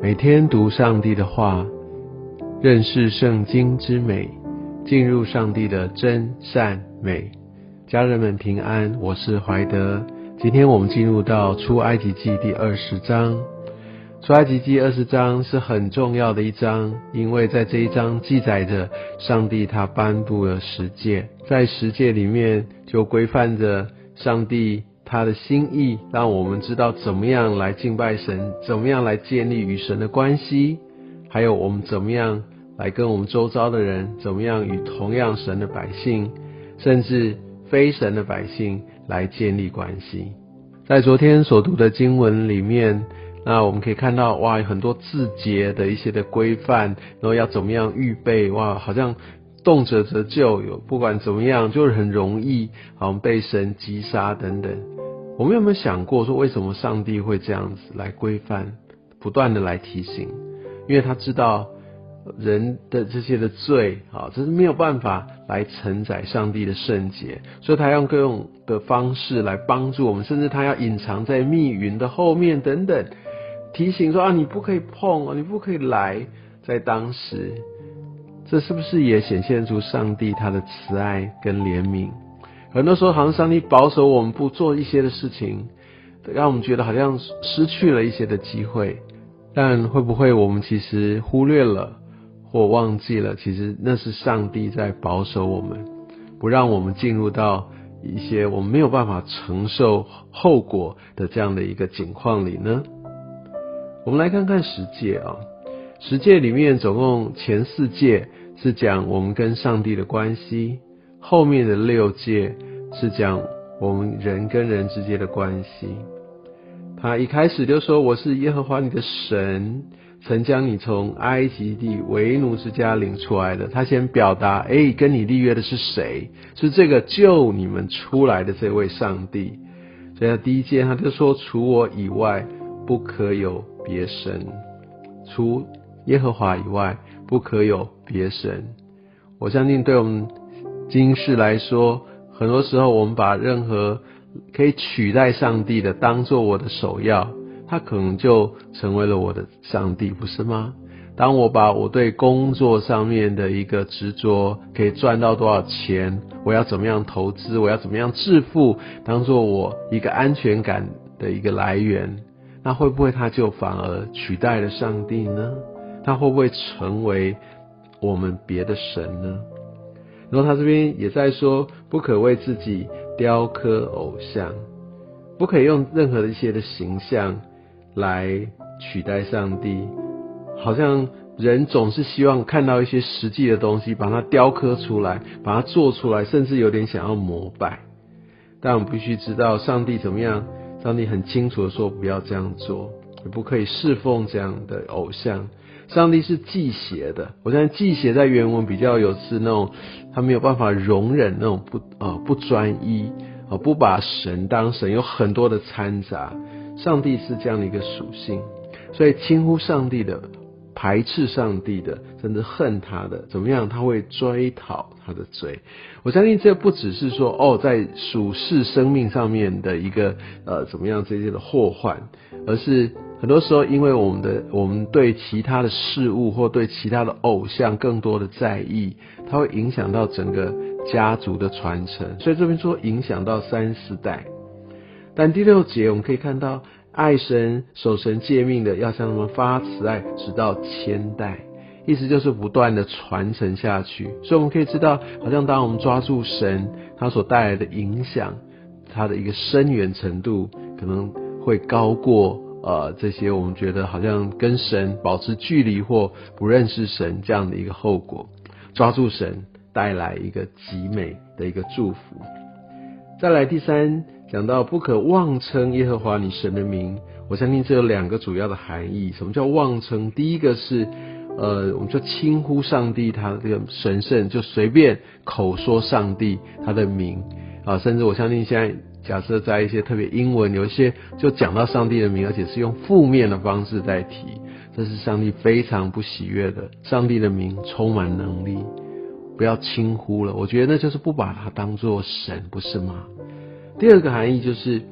每天读上帝的话，认识圣经之美，进入上帝的真善美。家人们平安，我是怀德。今天我们进入到出埃及记第20章。出埃及记20章是很重要的一章，因为在这一章记载着上帝他颁布了十诫，在十诫里面就规范着上帝他的心意，让我们知道怎么样来敬拜神，怎么样来建立与神的关系，还有我们怎么样来跟我们周遭的人，怎么样与同样神的百姓，甚至非神的百姓来建立关系。在昨天所读的经文里面，那我们可以看到，哇，有很多字节的一些的规范，然后要怎么样预备，哇，好像动辄则救，有不管怎么样，就是很容易，好像被神击杀等等。我们有没有想过说，为什么上帝会这样子来规范，不断的来提醒？因为他知道人的这些的罪，这是没有办法来承载上帝的圣洁，所以他用各种的方式来帮助我们，甚至他要隐藏在密云的后面等等，提醒说你不可以碰，你不可以来。在当时，这是不是也显现出上帝他的慈爱跟怜悯？很多时候好像上帝保守我们不做一些的事情，让我们觉得好像失去了一些的机会，但会不会我们其实忽略了或忘记了，其实那是上帝在保守我们，不让我们进入到一些我们没有办法承受后果的这样的一个境况里呢？我们来看看十诫啊，十诫里面总共前4诫是讲我们跟上帝的关系，后面的6诫是讲我们人跟人之间的关系。他一开始就说，我是耶和华你的神，曾将你从埃及地为奴之家领出来的。他先表达，跟你立约的是谁？是这个救你们出来的这位上帝。所以他第一诫他就说，除我以外不可有别神，除耶和华以外不可有别神。我相信对我们今世来说，很多时候我们把任何可以取代上帝的当作我的首要，他可能就成为了我的上帝，不是吗？当我把我对工作上面的一个执着，可以赚到多少钱，我要怎么样投资，我要怎么样致富，当作我一个安全感的一个来源，那会不会他就反而取代了上帝呢？他会不会成为我们别的神呢？然后他这边也在说，不可为自己雕刻偶像，不可以用任何的一些的形象来取代上帝。好像人总是希望看到一些实际的东西，把它雕刻出来，把它做出来，甚至有点想要膜拜。但我们必须知道上帝怎么样，上帝很清楚的说，不要这样做，也不可以侍奉这样的偶像。上帝是忌邪的，我相信忌邪在原文比较有是那种他没有办法容忍那种不专一，不把神当神，有很多的掺杂。上帝是这样的一个属性，所以轻忽上帝的，排斥上帝的，甚至恨他的，怎么样？他会追讨他的罪。我相信这不只是说在属世生命上面的一个怎么样这些的祸患，而是很多时候因为我们对其他的事物或对其他的偶像更多的在意，它会影响到整个家族的传承，所以这边说影响到3、4代。但第6节我们可以看到，爱神守神诫命的要向他们发慈爱，直到1000代，意思就是不断的传承下去。所以我们可以知道，好像当我们抓住神他所带来的影响，他的一个深远程度可能会高过这些我们觉得好像跟神保持距离或不认识神这样的一个后果。抓住神带来一个极美的一个祝福。再来第3，讲到不可妄称耶和华你神的名。我相信这有2个主要的含义。什么叫妄称？第一个是我们就轻忽上帝他这个神圣，就随便口说上帝他的名甚至我相信现在假设在一些特别英文有一些就讲到上帝的名，而且是用负面的方式在提，这是上帝非常不喜悦的。上帝的名充满能力，不要轻忽了，我觉得那就是不把它当作神，不是吗？第2个含义就是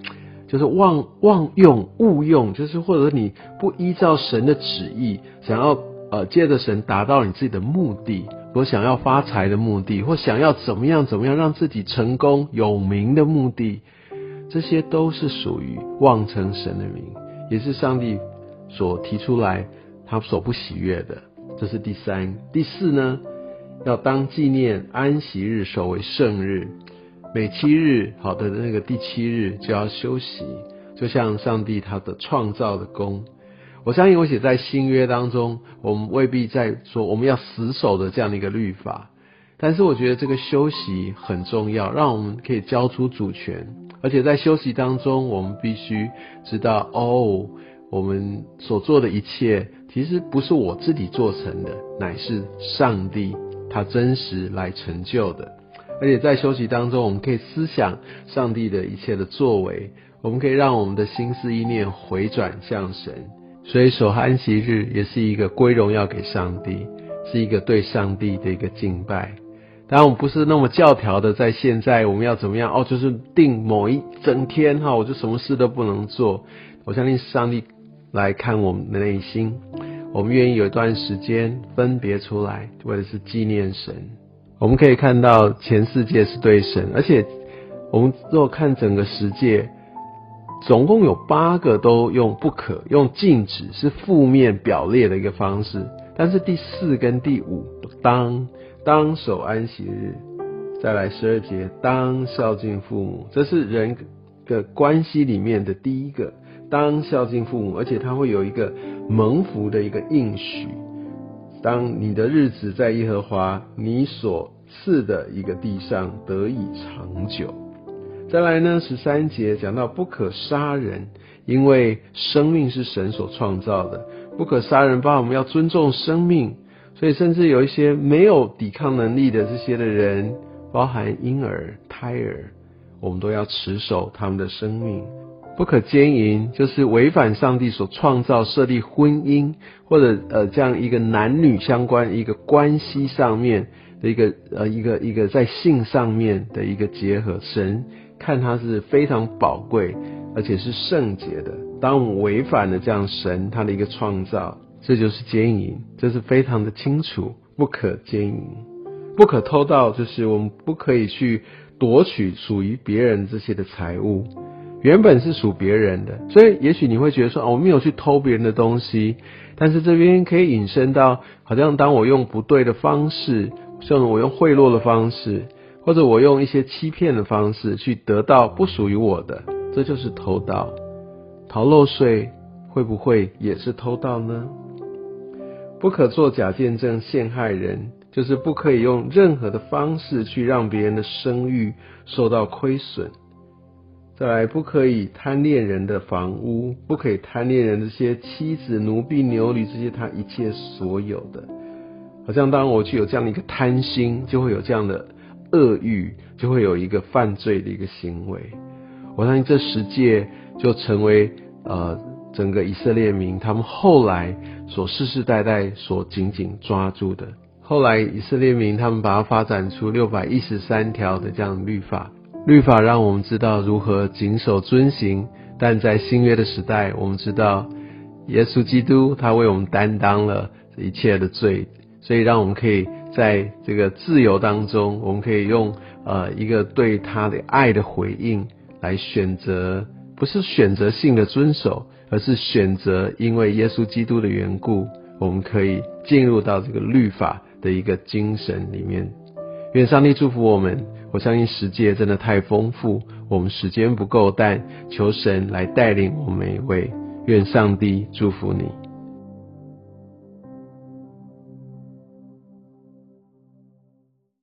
就是误用，就是或者你不依照神的旨意，想要借着神达到你自己的目的，或想要发财的目的，或想要怎么样让自己成功有名的目的，这些都是属于妄称神的名，也是上帝所提出来他所不喜悦的。这是第三。第四呢，要当纪念安息日守为圣日，每7日好的那个第7日就要休息，就像上帝他的创造的功。我相信我写在新约当中，我们未必在说我们要死守的这样的一个律法，但是我觉得这个休息很重要，让我们可以交出主权，而且在休息当中我们必须知道我们所做的一切其实不是我自己做成的，乃是上帝他真实来成就的。而且在休息当中，我们可以思想上帝的一切的作为，我们可以让我们的心思意念回转向神。所以守安息日也是一个归荣耀给上帝，是一个对上帝的一个敬拜。当然我们不是那么教条的在现在我们要怎么样就是定某一整天我就什么事都不能做。我相信上帝来看我们的内心，我们愿意有一段时间分别出来，为的是纪念神。我们可以看到前4届是对神，而且我们如果看整个10届，总共有8个都用不可，用禁止，是负面表列的一个方式。但是第4跟第5当守安息日，再来12节当孝敬父母，这是人的关系里面的第一个，当孝敬父母，而且它会有一个蒙福的一个应许。当你的日子在耶和华你所赐的一个地上得以长久。再来呢13节讲到不可杀人，因为生命是神所创造的，不可杀人，包括我们要尊重生命，所以甚至有一些没有抵抗能力的这些的人，包含婴儿胎儿，我们都要持守他们的生命。不可奸淫，就是违反上帝所创造设立婚姻或者这样一个男女相关一个关系上面的一个在性上面的一个结合，神看它是非常宝贵而且是圣洁的。当我们违反了这样神他的一个创造，这就是奸淫，这是非常的清楚，不可奸淫。不可偷盗，就是我们不可以去夺取属于别人这些的财物，原本是属别人的。所以也许你会觉得说我没有去偷别人的东西，但是这边可以引申到好像当我用不对的方式，像我用贿赂的方式，或者我用一些欺骗的方式去得到不属于我的，这就是偷盗。逃漏税会不会也是偷盗呢？不可作假见证陷害人，就是不可以用任何的方式去让别人的声誉受到亏损。再来，不可以贪恋人的房屋，不可以贪恋人这些妻子、奴婢、牛驴，这些他一切所有的。好像当我具有这样的一个贪心，就会有这样的恶欲，就会有一个犯罪的一个行为。我相信这10届就成为整个以色列民他们后来所世世代代所紧紧抓住的。后来以色列民他们把它发展出613条的这样的律法，让我们知道如何谨守遵行。但在新约的时代，我们知道耶稣基督他为我们担当了一切的罪，所以让我们可以在这个自由当中，我们可以用一个对他的爱的回应来选择，不是选择性的遵守，而是选择因为耶稣基督的缘故，我们可以进入到这个律法的一个精神里面。愿上帝祝福我们。我相信10届真的太丰富，我们时间不够，但求神来带领我们每一位。愿上帝祝福你。